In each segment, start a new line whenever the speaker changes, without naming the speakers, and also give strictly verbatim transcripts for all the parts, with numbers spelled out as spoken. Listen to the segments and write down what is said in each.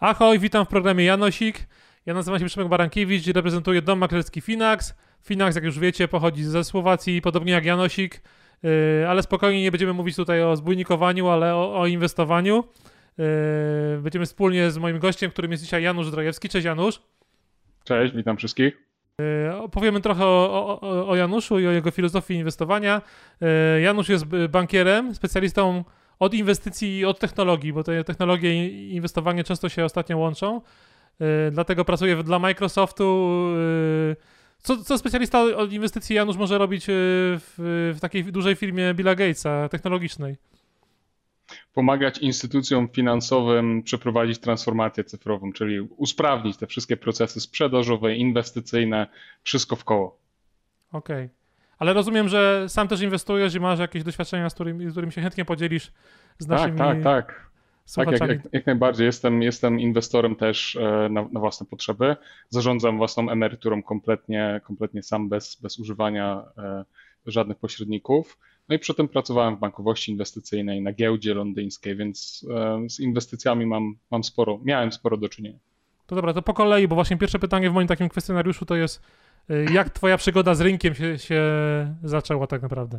Ahoj, witam w programie Janosik. Ja nazywam się Przemek Barankiewicz i reprezentuję dom maklerski Finax. Finax, jak już wiecie, pochodzi ze Słowacji, podobnie jak Janosik, yy, ale spokojnie, nie będziemy mówić tutaj o zbójnikowaniu, ale o, o inwestowaniu. Yy, będziemy wspólnie z moim gościem, którym jest dzisiaj Janusz Zdrojewski. Cześć Janusz.
Cześć, witam wszystkich.
Yy, opowiemy trochę o, o, o Januszu i o jego filozofii inwestowania. Yy, Janusz jest bankierem, specjalistą od inwestycji i od technologii, bo te technologie i inwestowanie często się ostatnio łączą. Yy, dlatego pracuję dla Microsoftu. Yy, co, co specjalista od inwestycji Janusz może robić w, w takiej dużej firmie Billa Gatesa, technologicznej?
Pomagać instytucjom finansowym przeprowadzić transformację cyfrową, czyli usprawnić te wszystkie procesy sprzedażowe, inwestycyjne, wszystko w koło.
Okej. Okay. Ale rozumiem, że sam też inwestujesz i masz jakieś doświadczenia, z którymi, z którymi się chętnie podzielisz z naszymi
tak, tak, tak.
słuchaczami.
Tak, jak, jak, jak najbardziej. Jestem, jestem inwestorem też na, na własne potrzeby. Zarządzam własną emeryturą kompletnie, kompletnie sam, bez, bez używania e, żadnych pośredników. No i przy tym pracowałem w bankowości inwestycyjnej, na giełdzie londyńskiej, więc e, z inwestycjami mam, mam sporo, miałem sporo do czynienia.
To dobra, to po kolei, bo właśnie pierwsze pytanie w moim takim kwestionariuszu to jest, jak twoja przygoda z rynkiem się, się zaczęła tak naprawdę?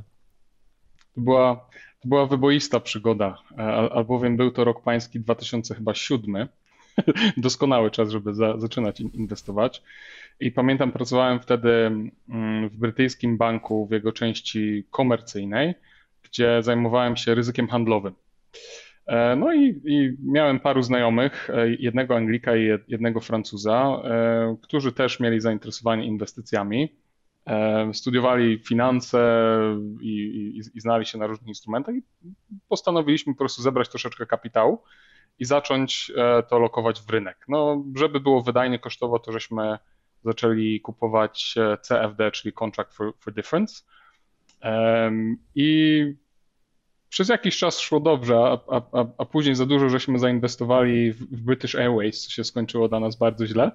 To była, to była wyboista przygoda, albowiem był to rok pański dwa tysiące siódmy, doskonały czas, żeby za, zaczynać inwestować. I pamiętam, pracowałem wtedy w brytyjskim banku w jego części komercyjnej, gdzie zajmowałem się ryzykiem handlowym. No i, i miałem paru znajomych, jednego Anglika i jednego Francuza, którzy też mieli zainteresowanie inwestycjami. Studiowali finanse i, i, i znali się na różnych instrumentach i postanowiliśmy po prostu zebrać troszeczkę kapitału i zacząć to lokować w rynek. No, żeby było wydajnie kosztowo, to żeśmy zaczęli kupować C F D, czyli Contract for, for Difference. I przez jakiś czas szło dobrze, a, a, a później za dużo żeśmy zainwestowali w British Airways, co się skończyło dla nas bardzo źle.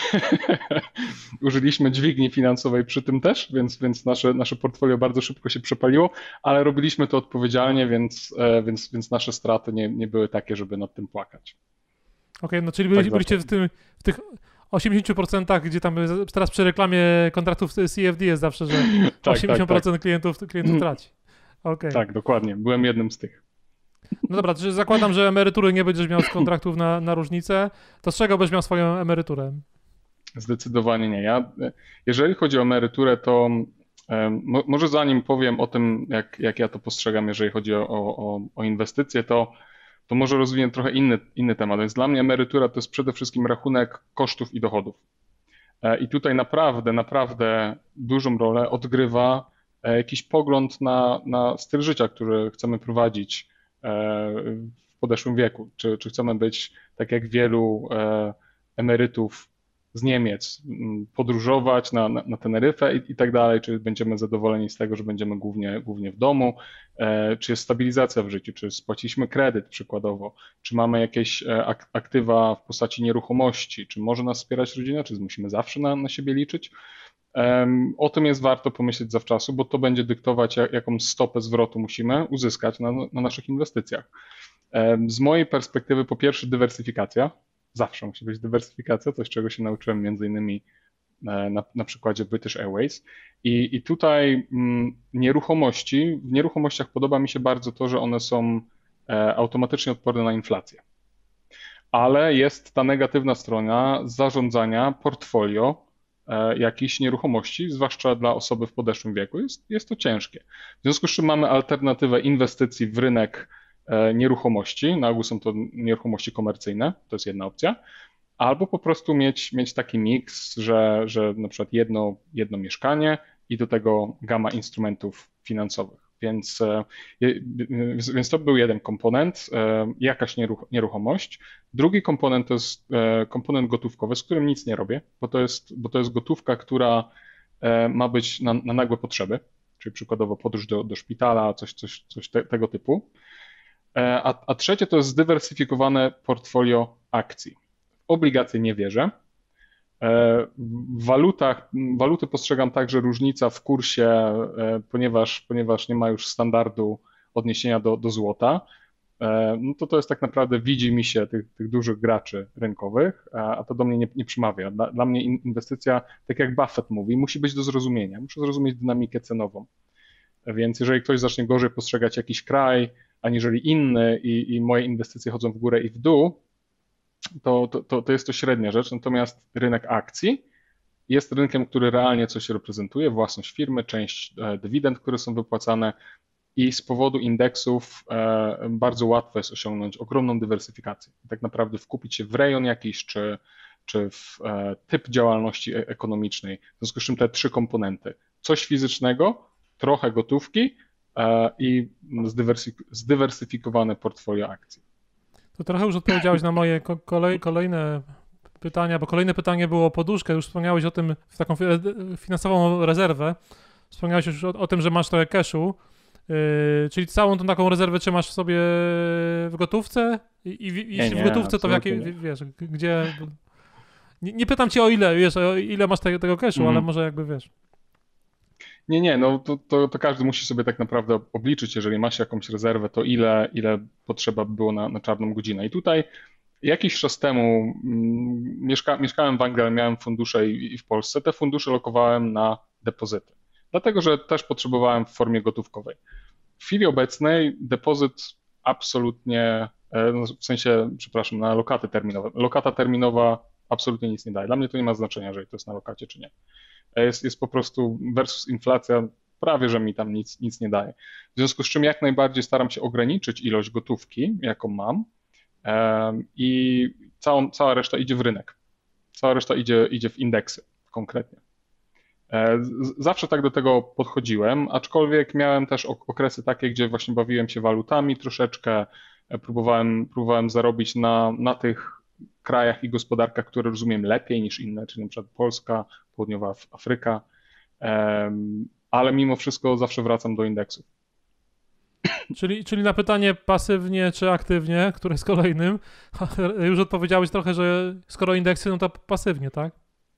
Użyliśmy dźwigni finansowej przy tym też, więc, więc nasze, nasze portfolio bardzo szybko się przepaliło, ale robiliśmy to odpowiedzialnie, więc, więc, więc nasze straty nie, nie były takie, żeby nad tym płakać.
Okej, okay, no czyli byli, tak byliście w, tym, w tych osiemdziesiąt procent, gdzie tam teraz przy reklamie kontraktów C F D jest zawsze, że tak, osiemdziesiąt procent tak, tak. klientów, klientów traci. Okay.
Tak, dokładnie. Byłem jednym z tych.
No dobra, to zakładam, że emerytury nie będziesz miał z kontraktów na, na różnicę. To z czego będziesz miał swoją emeryturę?
Zdecydowanie nie. Ja, jeżeli chodzi o emeryturę, to um, może zanim powiem o tym, jak, jak ja to postrzegam, jeżeli chodzi o, o, o inwestycje, to, to może rozwinę trochę inny, inny temat. Więc dla mnie emerytura to jest przede wszystkim rachunek kosztów i dochodów. I tutaj naprawdę, naprawdę dużą rolę odgrywa jakiś pogląd na, na styl życia, który chcemy prowadzić w podeszłym wieku. Czy, czy chcemy być, tak jak wielu emerytów z Niemiec, podróżować na, na, na Teneryfę i, i tak dalej, czy będziemy zadowoleni z tego, że będziemy głównie, głównie w domu, czy jest stabilizacja w życiu, czy spłaciliśmy kredyt przykładowo, czy mamy jakieś aktywa w postaci nieruchomości, czy może nas wspierać rodzina, czy musimy zawsze na, na siebie liczyć. O tym jest warto pomyśleć zawczasu, bo to będzie dyktować, jaką stopę zwrotu musimy uzyskać na, na naszych inwestycjach. Z mojej perspektywy, po pierwsze, dywersyfikacja. Zawsze musi być dywersyfikacja, coś czego się nauczyłem między innymi na, na przykładzie British Airways. I, i tutaj mm, nieruchomości, w nieruchomościach podoba mi się bardzo to, że one są e, automatycznie odporne na inflację. Ale jest ta negatywna strona zarządzania portfolio jakichś nieruchomości, zwłaszcza dla osoby w podeszłym wieku. Jest, jest to ciężkie. W związku z czym mamy alternatywę inwestycji w rynek nieruchomości. Na ogół są to nieruchomości komercyjne, to jest jedna opcja. Albo po prostu mieć, mieć taki miks, że, że na przykład jedno, jedno mieszkanie i do tego gama instrumentów finansowych. Więc, więc to był jeden komponent, jakaś nieruchomość. Drugi komponent to jest komponent gotówkowy, z którym nic nie robię, bo to jest, bo to jest gotówka, która ma być na, na nagłe potrzeby, czyli przykładowo podróż do, do szpitala, coś, coś, coś te, tego typu. A, a trzecie to jest zdywersyfikowane portfolio akcji. W obligacje nie wierzę. W walutach, waluty postrzegam tak, że różnica w kursie, ponieważ, ponieważ nie ma już standardu odniesienia do, do złota, no to to jest tak naprawdę widzi mi się tych, tych dużych graczy rynkowych, a to do mnie nie, nie przemawia. Dla, dla mnie inwestycja, tak jak Buffett mówi, musi być do zrozumienia. Muszę zrozumieć dynamikę cenową. Więc jeżeli ktoś zacznie gorzej postrzegać jakiś kraj, aniżeli inny i, i moje inwestycje chodzą w górę i w dół, to, to, to jest to średnia rzecz. Natomiast rynek akcji jest rynkiem, który realnie coś reprezentuje, własność firmy, część dywidend, które są wypłacane i z powodu indeksów bardzo łatwo jest osiągnąć ogromną dywersyfikację. Tak naprawdę wkupić się w rejon jakiś, czy, czy w typ działalności ekonomicznej. W związku z czym te trzy komponenty. Coś fizycznego, trochę gotówki i zdywersyfikowane portfolio akcji.
To trochę już odpowiedziałeś na moje kolej, kolejne pytania, bo kolejne pytanie było o poduszkę. Już wspomniałeś o tym, w taką finansową rezerwę. Wspomniałeś już o, o tym, że masz trochę cashu, yy, czyli całą tą taką rezerwę trzymasz sobie w gotówce? I, i jeśli nie, nie, w gotówce, to w jakiej, nie. wiesz, gdzie... Nie, nie pytam cię o ile, wiesz, o ile masz tego, tego cashu, mm. ale może jakby wiesz...
Nie, nie, no to, to, to każdy musi sobie tak naprawdę obliczyć, jeżeli masz jakąś rezerwę, to ile, ile potrzeba by było na, na czarną godzinę. I tutaj jakiś czas temu mieszka, mieszkałem w Anglii, ale miałem fundusze i, i w Polsce. Te fundusze lokowałem na depozyty, dlatego że też potrzebowałem w formie gotówkowej. W chwili obecnej depozyt absolutnie, w sensie, przepraszam, na lokaty terminowe. Lokata terminowa absolutnie nic nie daje. Dla mnie to nie ma znaczenia, jeżeli to jest na lokacie czy nie. Jest, jest po prostu versus inflacja, prawie że mi tam nic, nic nie daje. W związku z czym jak najbardziej staram się ograniczyć ilość gotówki, jaką mam um, i całą, cała reszta idzie w rynek. Cała reszta idzie, idzie w indeksy konkretnie. E, zawsze tak do tego podchodziłem, aczkolwiek miałem też okresy takie, gdzie właśnie bawiłem się walutami troszeczkę, próbowałem, próbowałem zarobić na, na tych krajach i gospodarkach, które rozumiem lepiej niż inne, czyli na przykład Polska, Południowa Afryka, ale mimo wszystko zawsze wracam do indeksów.
Czyli, czyli na pytanie pasywnie czy aktywnie, które jest kolejnym, już odpowiedziałeś trochę, że skoro indeksy, no to pasywnie, tak?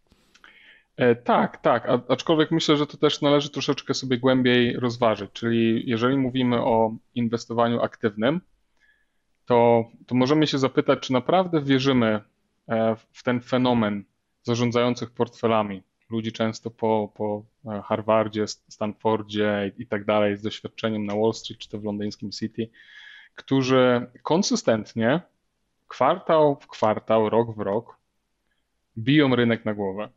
E, tak, tak, A, aczkolwiek myślę, że to też należy troszeczkę sobie głębiej rozważyć, czyli jeżeli mówimy o inwestowaniu aktywnym, To, to możemy się zapytać, czy naprawdę wierzymy w ten fenomen zarządzających portfelami, ludzi często po, po Harvardzie, Stanfordzie i tak dalej, z doświadczeniem na Wall Street, czy to w londyńskim City, którzy konsystentnie, kwartał w kwartał, rok w rok, biją rynek na głowę.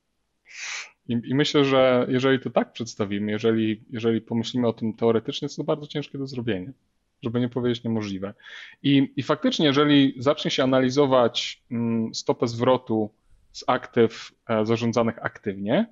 I, i myślę, że jeżeli to tak przedstawimy, jeżeli, jeżeli pomyślimy o tym teoretycznie, to bardzo ciężkie do zrobienia, żeby nie powiedzieć niemożliwe. I, I faktycznie, jeżeli zacznie się analizować stopę zwrotu z aktyw zarządzanych aktywnie,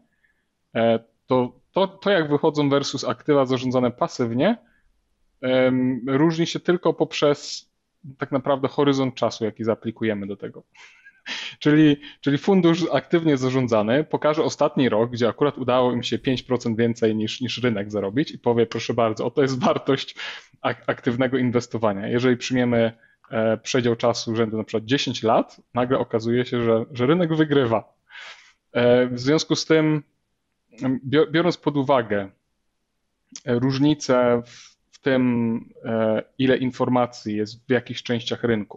to, to, to jak wychodzą versus aktywa zarządzane pasywnie, um, różni się tylko poprzez tak naprawdę horyzont czasu, jaki zaaplikujemy do tego. Czyli, czyli fundusz aktywnie zarządzany pokaże ostatni rok, gdzie akurat udało im się pięć procent więcej niż, niż rynek zarobić i powie, proszę bardzo, oto jest wartość ak- aktywnego inwestowania. Jeżeli przyjmiemy e, przedział czasu rzędu na przykład dziesięć lat, nagle okazuje się, że, że rynek wygrywa. E, w związku z tym, biorąc pod uwagę różnice w, w tym, e, ile informacji jest w jakichś częściach rynku,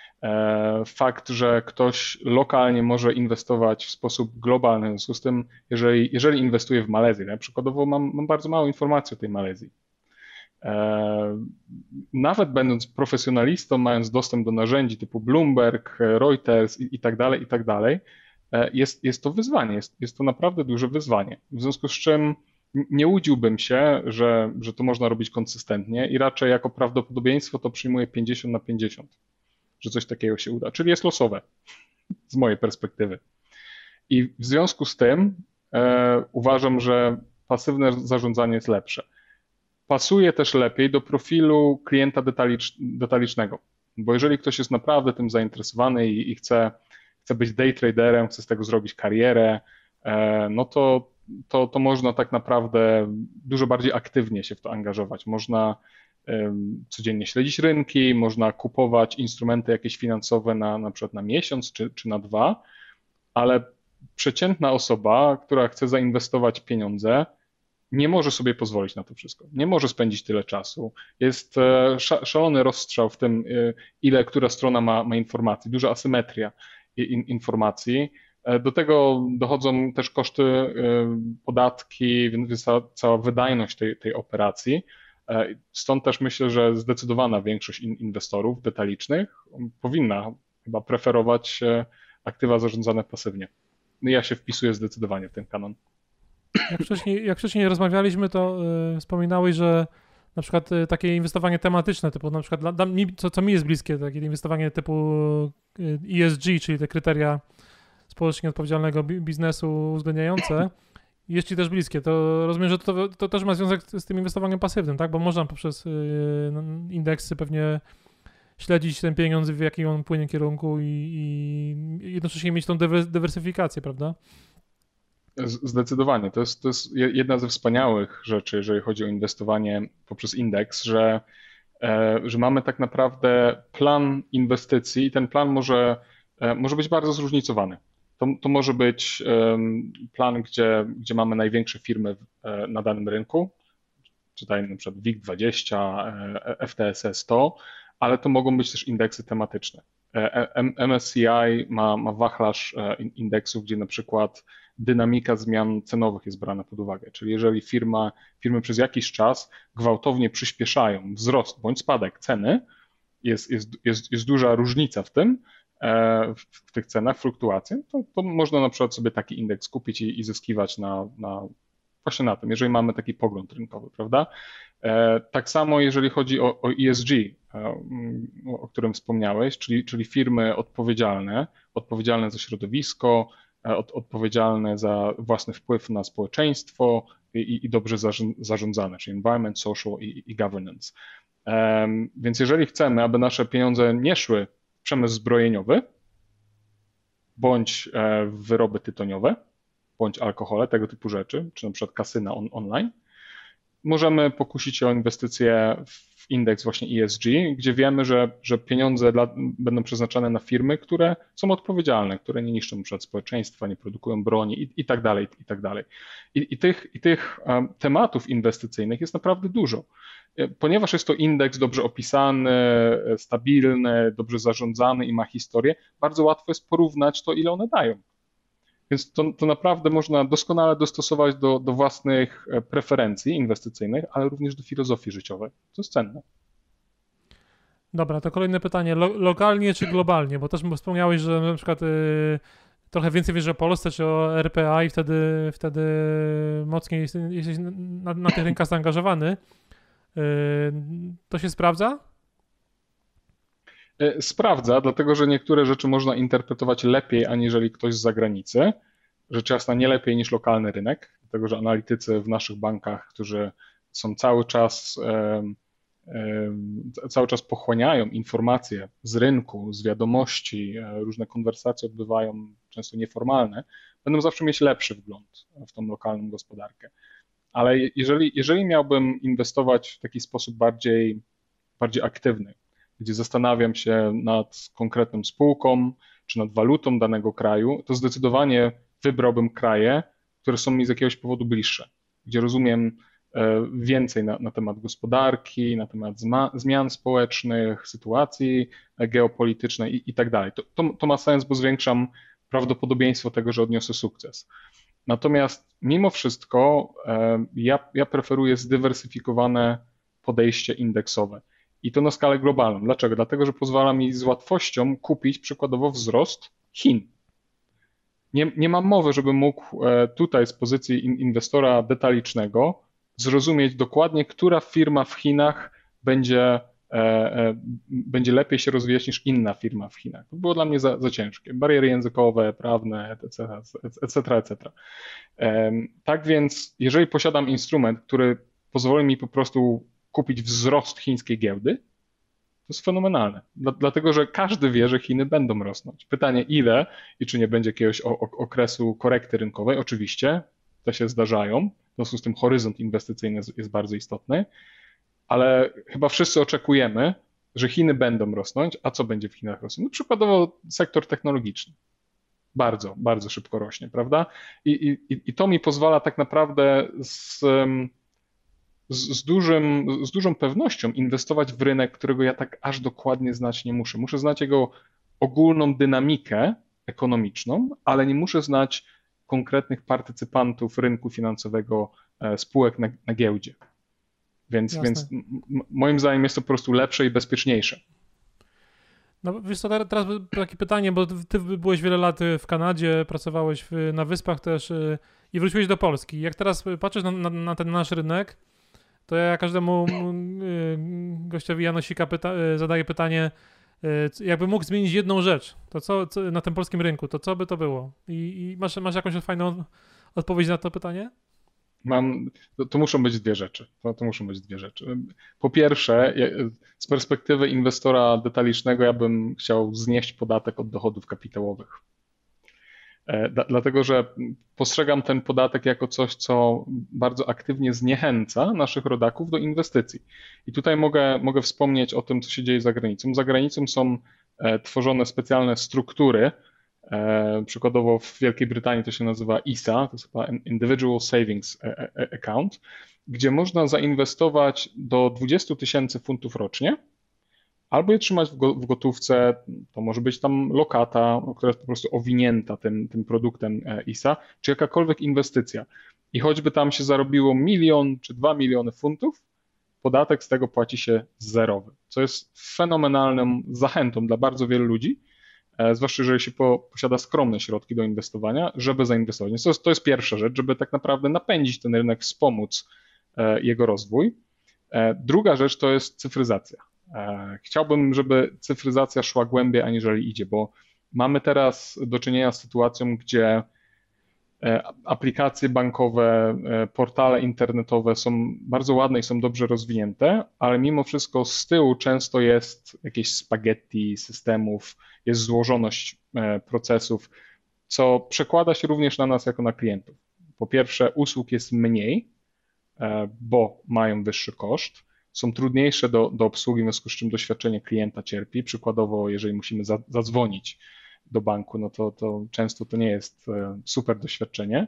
fakt, że ktoś lokalnie może inwestować w sposób globalny, w związku z tym, jeżeli, jeżeli inwestuję w Malezji, na przykładowo mam, mam bardzo mało informacji o tej Malezji. Nawet będąc profesjonalistą, mając dostęp do narzędzi typu Bloomberg, Reuters i, i tak dalej, i tak dalej, jest, jest to wyzwanie, jest, jest to naprawdę duże wyzwanie. W związku z czym nie łudziłbym się, że, że to można robić konsystentnie i raczej jako prawdopodobieństwo to przyjmuję pięćdziesiąt na pięćdziesiąt. Że coś takiego się uda, czyli jest losowe z mojej perspektywy. I w związku z tym e, uważam, że pasywne zarządzanie jest lepsze. Pasuje też lepiej do profilu klienta detalicz, detalicznego, bo jeżeli ktoś jest naprawdę tym zainteresowany i, i chce, chce być day traderem, chce z tego zrobić karierę, e, no to, to, to można tak naprawdę dużo bardziej aktywnie się w to angażować. Można codziennie śledzić rynki, można kupować instrumenty jakieś finansowe na, na przykład na miesiąc czy, czy na dwa, ale przeciętna osoba, która chce zainwestować pieniądze, nie może sobie pozwolić na to wszystko. Nie może spędzić tyle czasu. Jest e, szalony rozstrzał w tym, e, ile która strona ma, ma informacji, duża asymetria in, informacji. E, Do tego dochodzą też koszty, e, podatki, więc cała, cała wydajność tej, tej operacji. E, Stąd też myślę, że zdecydowana większość in, inwestorów detalicznych powinna chyba preferować e, aktywa zarządzane pasywnie. No ja się wpisuję zdecydowanie w ten kanon.
Jak wcześniej, jak wcześniej rozmawialiśmy, to y, wspominałeś, że na przykład y, takie inwestowanie tematyczne, typu na przykład, dla, dla, mi, co, co mi jest bliskie, takie inwestowanie typu y, E S G, czyli te kryteria społecznie odpowiedzialnego bi- biznesu uwzględniające, jest ci też bliskie. To rozumiem, że to, to też ma związek z tym inwestowaniem pasywnym, tak? Bo można poprzez y, indeksy pewnie śledzić ten pieniądz, w jakim on płynie kierunku i, i jednocześnie mieć tą dywersyfikację, prawda?
Zdecydowanie. To jest, to jest jedna ze wspaniałych rzeczy, jeżeli chodzi o inwestowanie poprzez indeks, że, e, że mamy tak naprawdę plan inwestycji i ten plan może, e, może być bardzo zróżnicowany. To, to może być em, plan, gdzie, gdzie mamy największe firmy e, na danym rynku, czytaj na przykład WIG dwadzieścia, e, F T S E sto, ale to mogą być też indeksy tematyczne. E, M- MSCI ma, ma wachlarz e, in- indeksów, gdzie na przykład dynamika zmian cenowych jest brana pod uwagę. Czyli jeżeli firma, firmy przez jakiś czas gwałtownie przyspieszają wzrost bądź spadek ceny, jest, jest, jest, jest duża różnica w tym, e, w, w tych cenach, fluktuacje, to, to można na przykład sobie taki indeks kupić i, i zyskiwać na, na właśnie na tym, jeżeli mamy taki pogląd rynkowy, prawda? E, Tak samo jeżeli chodzi o, o E S G, e, o którym wspomniałeś, czyli, czyli firmy odpowiedzialne, odpowiedzialne za środowisko, e, od, odpowiedzialne za własny wpływ na społeczeństwo i, i dobrze zarząd- zarządzane, czyli environment, social i, i governance. Em, Więc jeżeli chcemy, aby nasze pieniądze nie szły w przemysł zbrojeniowy, bądź e, w wyroby tytoniowe, bądź alkohole, tego typu rzeczy, czy na przykład kasyna on, online, możemy pokusić się o inwestycje w indeks właśnie E S G, gdzie wiemy, że, że pieniądze dla, będą przeznaczane na firmy, które są odpowiedzialne, które nie niszczą na przykład społeczeństwa, nie produkują broni i, i tak dalej, i tak dalej. I, i tych, i tych um, tematów inwestycyjnych jest naprawdę dużo. Ponieważ jest to indeks dobrze opisany, stabilny, dobrze zarządzany i ma historię, bardzo łatwo jest porównać to, ile one dają. Więc to, to naprawdę można doskonale dostosować do, do własnych preferencji inwestycyjnych, ale również do filozofii życiowej. To jest cenne.
Dobra, to kolejne pytanie. Lo- lokalnie czy globalnie? Bo też wspomniałeś, że na przykład y, trochę więcej wiesz o Polsce czy o R P A i wtedy, wtedy mocniej jesteś, jesteś na, na tych rynkach zaangażowany. Y, to się sprawdza?
Sprawdza, dlatego że niektóre rzeczy można interpretować lepiej, aniżeli ktoś z zagranicy. Rzecz jasna nie lepiej niż lokalny rynek, dlatego że analitycy w naszych bankach, którzy są cały czas, em, em, cały czas pochłaniają informacje z rynku, z wiadomości, e, różne konwersacje odbywają, często nieformalne, będą zawsze mieć lepszy wgląd w tą lokalną gospodarkę. Ale jeżeli, jeżeli miałbym inwestować w taki sposób bardziej, bardziej aktywny, gdzie zastanawiam się nad konkretną spółką czy nad walutą danego kraju, to zdecydowanie wybrałbym kraje, które są mi z jakiegoś powodu bliższe, gdzie rozumiem e, więcej na, na temat gospodarki, na temat zma, zmian społecznych, sytuacji geopolitycznej i, i tak dalej. To, to, to ma sens, bo zwiększam prawdopodobieństwo tego, że odniosę sukces. Natomiast mimo wszystko e, ja, ja preferuję zdywersyfikowane podejście indeksowe. I to na skalę globalną. Dlaczego? Dlatego, że pozwala mi z łatwością kupić przykładowo wzrost Chin. Nie, nie mam mowy, żebym mógł e, tutaj z pozycji inwestora detalicznego zrozumieć dokładnie, która firma w Chinach będzie, e, e, będzie lepiej się rozwijać niż inna firma w Chinach. To było dla mnie za, za ciężkie. Bariery językowe, prawne, et cetera, et cetera, et cetera. Tak więc, jeżeli posiadam instrument, który pozwoli mi po prostu kupić wzrost chińskiej giełdy, to jest fenomenalne. Dla, dlatego, że każdy wie, że Chiny będą rosnąć. Pytanie ile i czy nie będzie jakiegoś o, o, okresu korekty rynkowej. Oczywiście, te się zdarzają. W związku z tym horyzont inwestycyjny jest, jest bardzo istotny, ale chyba wszyscy oczekujemy, że Chiny będą rosnąć, a co będzie w Chinach rosnąć? No przykładowo sektor technologiczny. bardzo, bardzo szybko rośnie, prawda? I, i, i to mi pozwala tak naprawdę z, z, z, dużym, z dużą pewnością inwestować w rynek, którego ja tak aż dokładnie znać nie muszę. Muszę znać jego ogólną dynamikę ekonomiczną, ale nie muszę znać konkretnych partycypantów rynku finansowego, e, spółek na, na giełdzie. Więc,
Jasne.
więc m- moim zdaniem jest to po prostu lepsze i bezpieczniejsze.
No wiesz co, teraz takie pytanie, bo ty byłeś wiele lat w Kanadzie, pracowałeś w, na Wyspach też y, i wróciłeś do Polski. Jak teraz patrzysz na, na, na ten nasz rynek, to ja każdemu y, gościowi Janosika pyta, y, zadaję pytanie, y, jakby mógł zmienić jedną rzecz, to co, co na tym polskim rynku, to co by to było? I, i masz, masz jakąś fajną odpowiedź na to pytanie?
Mam, to, to muszą być dwie rzeczy. To, to muszą być dwie rzeczy. Po pierwsze, ja- z perspektywy inwestora detalicznego, ja bym chciał znieść podatek od dochodów kapitałowych. E, Dla, dlatego, że postrzegam ten podatek jako coś, co bardzo aktywnie zniechęca naszych rodaków do inwestycji. I tutaj mogę, mogę wspomnieć o tym, co się dzieje za granicą. Za granicą są e, tworzone specjalne struktury. E, Przykładowo w Wielkiej Brytanii to się nazywa I S A, to jest chyba Individual Savings e- e- Account, gdzie można zainwestować do dwadzieścia tysięcy funtów rocznie, albo je trzymać w go- w gotówce, to może być tam lokata, która jest po prostu owinięta tym, tym produktem e, I S A, czy jakakolwiek inwestycja. I choćby tam się zarobiło milion czy dwa miliony funtów, podatek z tego płaci się zerowy, co jest fenomenalną zachętą dla bardzo wielu ludzi, e, zwłaszcza jeżeli się po, posiada skromne środki do inwestowania, żeby zainwestować. Więc to jest, to jest pierwsza rzecz, żeby tak naprawdę napędzić ten rynek, wspomóc e, jego rozwój. E, Druga rzecz to jest cyfryzacja. E, Chciałbym, żeby cyfryzacja szła głębiej, aniżeli idzie, bo mamy teraz do czynienia z sytuacją, gdzie e, aplikacje bankowe, e, portale internetowe są bardzo ładne i są dobrze rozwinięte, ale mimo wszystko z tyłu często jest jakieś spaghetti systemów, jest złożoność e, procesów, co przekłada się również na nas jako na klientów. Po pierwsze, usług jest mniej, e, bo mają wyższy koszt, są trudniejsze do, do obsługi, w związku z czym doświadczenie klienta cierpi. Przykładowo, jeżeli musimy za, zadzwonić do banku, no to, to często to nie jest e, super doświadczenie.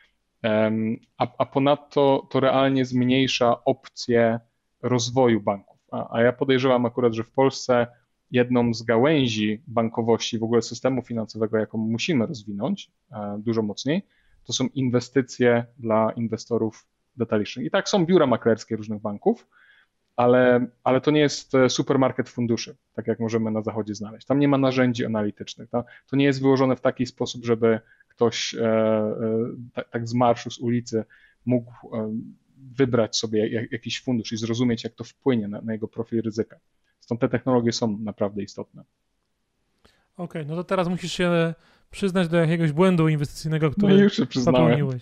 Em, A, a ponadto to realnie zmniejsza opcje rozwoju banków. A, a ja podejrzewam akurat, że w Polsce jedną z gałęzi bankowości, w ogóle systemu finansowego, jaką musimy rozwinąć e, dużo mocniej, to są inwestycje dla inwestorów detalicznych. I tak są biura maklerskie różnych banków, ale, ale to nie jest e, supermarket funduszy, tak jak możemy na zachodzie znaleźć. Tam nie ma narzędzi analitycznych. To, to nie jest wyłożone w taki sposób, żeby ktoś e, e, tak, tak z marszu, z ulicy mógł e, wybrać sobie jak, jakiś fundusz i zrozumieć, jak to wpłynie na, na jego profil ryzyka. Stąd te technologie są naprawdę istotne.
Okej, no to teraz musisz się przyznać do jakiegoś błędu inwestycyjnego,
No i
który
już się przyznałem.
popełniłeś.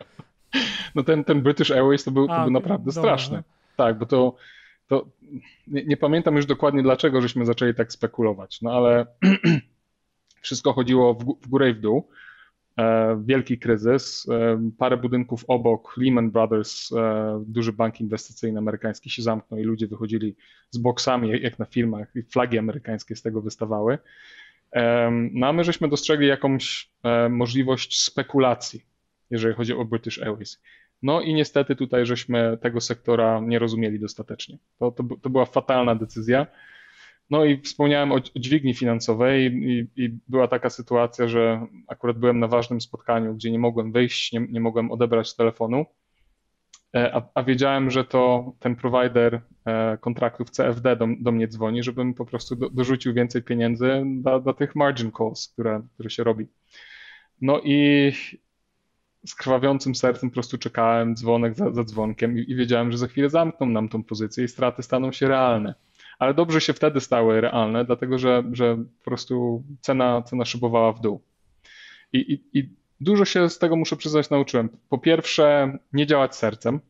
No ten, ten British Airways to był, to
A,
był
okej,
naprawdę
dobra,
straszny.
no.
Tak, bo to, to nie, nie pamiętam już dokładnie dlaczego, żeśmy zaczęli tak spekulować, no ale wszystko chodziło w, gó- w górę i w dół. E, Wielki kryzys, e, parę budynków obok, Lehman Brothers, e, duży bank inwestycyjny amerykański się zamknął i ludzie wychodzili z boksami, jak jak na filmach, i flagi amerykańskie z tego wystawały. E, No a my żeśmy dostrzegli jakąś e, możliwość spekulacji, jeżeli chodzi o British Airways. No i niestety tutaj żeśmy tego sektora nie rozumieli dostatecznie. To, to, to była fatalna decyzja. No i wspomniałem o, o dźwigni finansowej i, i była taka sytuacja, że akurat byłem na ważnym spotkaniu, gdzie nie mogłem wyjść, nie, nie mogłem odebrać telefonu, e, a, a wiedziałem, że to ten prowajder e, kontraktów C F D do, do mnie dzwoni, żebym po prostu do, dorzucił więcej pieniędzy dla, dla tych margin calls, które, które się robi. No i z krwawiącym sercem po prostu czekałem, dzwonek za, za dzwonkiem i, i wiedziałem, że za chwilę zamkną nam tą pozycję i straty staną się realne. Ale dobrze się wtedy stały realne, dlatego że, że po prostu cena, cena szybowała w dół. I, i, I dużo się z tego, muszę przyznać, nauczyłem. Po pierwsze, nie działać sercem.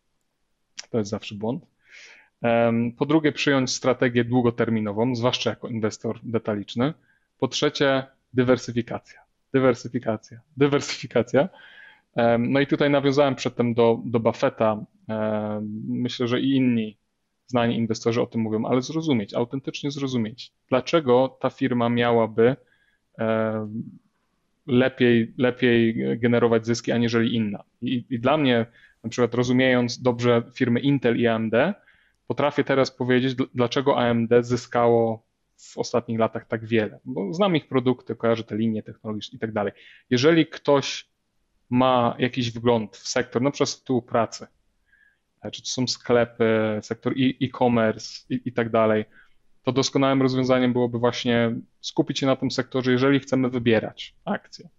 To jest zawsze błąd. Em, Po drugie, przyjąć strategię długoterminową, zwłaszcza jako inwestor detaliczny. Po trzecie, dywersyfikacja. Dywersyfikacja. Dywersyfikacja. Em, No i tutaj nawiązałem przedtem do, do Buffetta. Em, Myślę, że i inni znani inwestorzy o tym mówią, ale zrozumieć, autentycznie zrozumieć, dlaczego ta firma miałaby e, lepiej, lepiej generować zyski aniżeli inna. I, I dla mnie, na przykład rozumiejąc dobrze firmy Intel i A M D, potrafię teraz powiedzieć, dlaczego A M D zyskało w ostatnich latach tak wiele. Bo znam ich produkty, kojarzę te linie technologiczne i tak dalej. Jeżeli ktoś ma jakiś wgląd w sektor, na przykład z tytułu pracy, czy to są sklepy, sektor e-commerce i, i tak dalej, to doskonałym rozwiązaniem byłoby właśnie skupić się na tym sektorze, jeżeli chcemy wybierać akcje.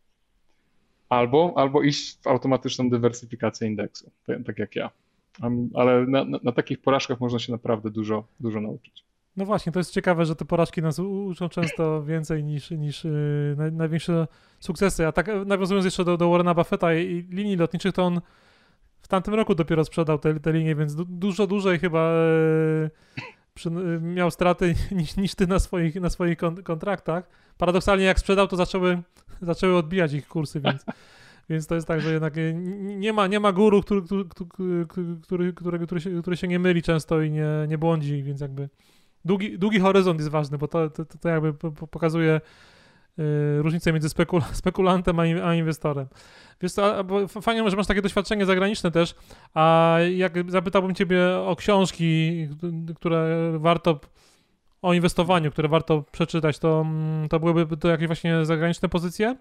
Albo, albo iść w automatyczną dywersyfikację indeksu, tak jak ja. Ale na, na, na takich porażkach można się naprawdę dużo, dużo nauczyć.
No właśnie, to jest ciekawe, że te porażki nas uczą często więcej niż, niż yy, naj, największe sukcesy. A tak nawiązując jeszcze do, do Warrena Buffetta i, i linii lotniczych, to on w tamtym roku dopiero sprzedał te, te linie, więc du, dużo dłużej chyba yy, przy, yy, miał straty niż, niż ty na swoich, na swoich kontraktach. Paradoksalnie jak sprzedał, to zaczęły, zaczęły odbijać ich kursy, więc... Więc to jest tak, że jednak nie ma, nie ma guru, który, który, który, który, który, się, który się nie myli często i nie, nie błądzi, więc jakby długi, długi horyzont jest ważny, bo to, to, to jakby pokazuje y, różnicę między spekul spekulantem a, a inwestorem. Wiesz co, bo fajnie, że masz takie doświadczenie zagraniczne też, a jak zapytałbym ciebie o książki, które warto, o inwestowaniu, które warto przeczytać, to, to byłyby to jakieś właśnie zagraniczne pozycje?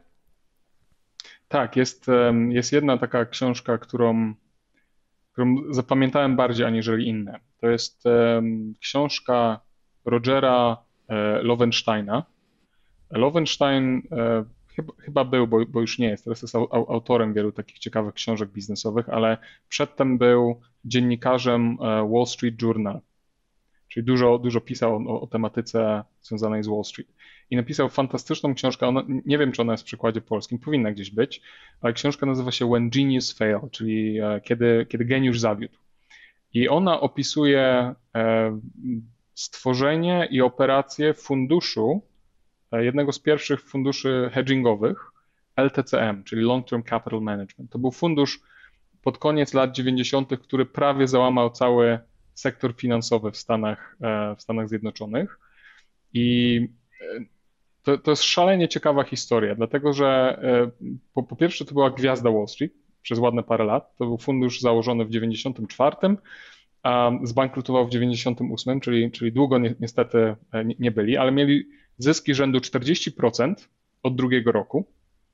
Tak, jest, jest jedna taka książka, którą, którą zapamiętałem bardziej aniżeli inne. To jest um, książka Rogera e, Lowensteina. Lowenstein e, chyba, chyba był, bo, bo już nie jest, teraz jest au, autorem wielu takich ciekawych książek biznesowych, ale przedtem był dziennikarzem e, Wall Street Journal, czyli dużo, dużo pisał o, o tematyce związanej z Wall Street. I napisał fantastyczną książkę, ona, nie wiem, czy ona jest w przykładzie polskim, powinna gdzieś być, ale książka nazywa się When Genius Failed, czyli e, kiedy, kiedy geniusz zawiódł. I ona opisuje e, stworzenie i operację funduszu, e, jednego z pierwszych funduszy hedgingowych, L T C M, czyli Long Term Capital Management. To był fundusz pod koniec lat dziewięćdziesiątych, który prawie załamał cały sektor finansowy w Stanach, e, w Stanach Zjednoczonych. I To, to jest szalenie ciekawa historia, dlatego że po, po pierwsze to była gwiazda Wall Street przez ładne parę lat. To był fundusz założony w dziewięćdziesiątym czwartym, a zbankrutował w dziewięćdziesiątym ósmym, czyli, czyli długo ni niestety nie, nie byli, ale mieli zyski rzędu czterdzieści procent od drugiego roku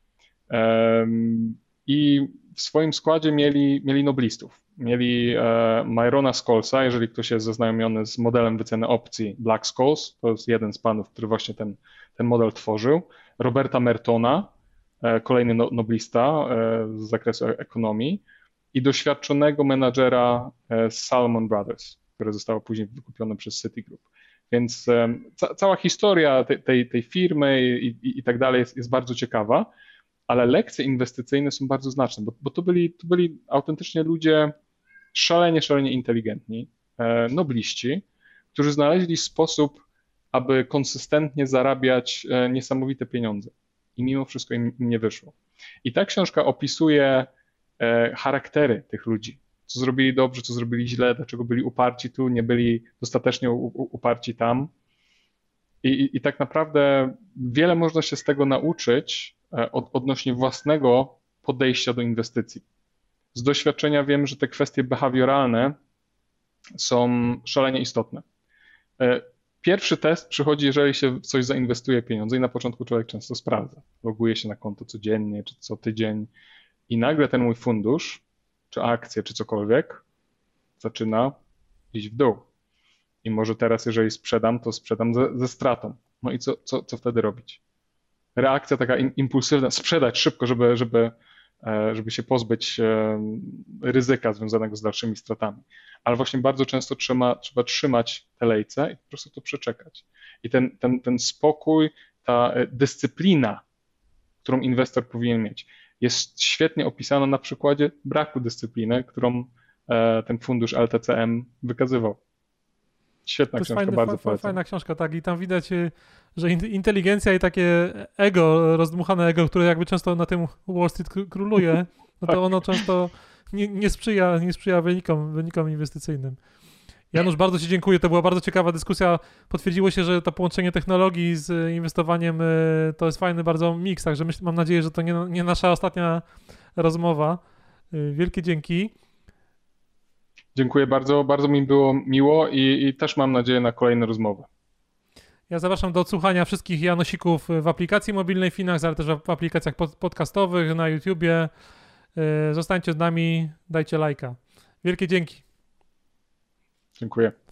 um, i w swoim składzie mieli, mieli noblistów. Mieli e, Myrona Scholesa, jeżeli ktoś jest zaznajomiony z modelem wyceny opcji Black Scholes, to jest jeden z panów, który właśnie ten, ten model tworzył. Roberta Mertona, e, kolejny no, noblista e, z zakresu ekonomii i doświadczonego menadżera e, Salomon Brothers, które zostało później wykupione przez Citigroup. Więc e, ca cała historia tej, tej, tej firmy i, i, i tak dalej jest, jest bardzo ciekawa, ale lekcje inwestycyjne są bardzo znaczne, bo, bo to, byli, to byli autentycznie ludzie szalenie, szalenie inteligentni, e, nobliści, którzy znaleźli sposób, aby konsystentnie zarabiać e, niesamowite pieniądze. I mimo wszystko im, im nie wyszło. I ta książka opisuje e, charaktery tych ludzi. Co zrobili dobrze, co zrobili źle, dlaczego byli uparci tu, nie byli dostatecznie u, u, uparci tam. I, i, I tak naprawdę wiele można się z tego nauczyć e, od, odnośnie własnego podejścia do inwestycji. Z doświadczenia wiem, że te kwestie behawioralne są szalenie istotne. Pierwszy test przychodzi, jeżeli się w coś zainwestuje pieniądze i na początku człowiek często sprawdza. Loguje się na konto codziennie czy co tydzień i nagle ten mój fundusz, czy akcje, czy cokolwiek zaczyna iść w dół. I może teraz, jeżeli sprzedam, to sprzedam ze, ze stratą. No i co, co, co wtedy robić? Reakcja taka impulsywna, sprzedać szybko, żeby, żeby żeby się pozbyć ryzyka związanego z dalszymi stratami. Ale właśnie bardzo często trzeba, trzeba trzymać te lejce i po prostu to przeczekać. I ten, ten, ten spokój, ta dyscyplina, którą inwestor powinien mieć, jest świetnie opisana na przykładzie braku dyscypliny, którą ten fundusz L T C M wykazywał. Świetna książka, fajny, bardzo polecam.
Fajna książka, tak. I tam widać, że inteligencja i takie ego, rozdmuchane ego, które jakby często na tym Wall Street króluje, no to ono często nie, nie sprzyja, nie sprzyja wynikom, wynikom inwestycyjnym. Janusz, bardzo Ci dziękuję. To była bardzo ciekawa dyskusja. Potwierdziło się, że to połączenie technologii z inwestowaniem y, to jest fajny bardzo miks, także myśl, mam nadzieję, że to nie, nie nasza ostatnia rozmowa. Y, wielkie dzięki.
Dziękuję bardzo, bardzo mi było miło i, i też mam nadzieję na kolejne rozmowy.
Ja zapraszam do odsłuchania wszystkich Janosików w aplikacji mobilnej Finax, ale też w aplikacjach pod, podcastowych, na YouTubie. Y, zostańcie z nami, dajcie lajka. Wielkie dzięki.
Dziękuję.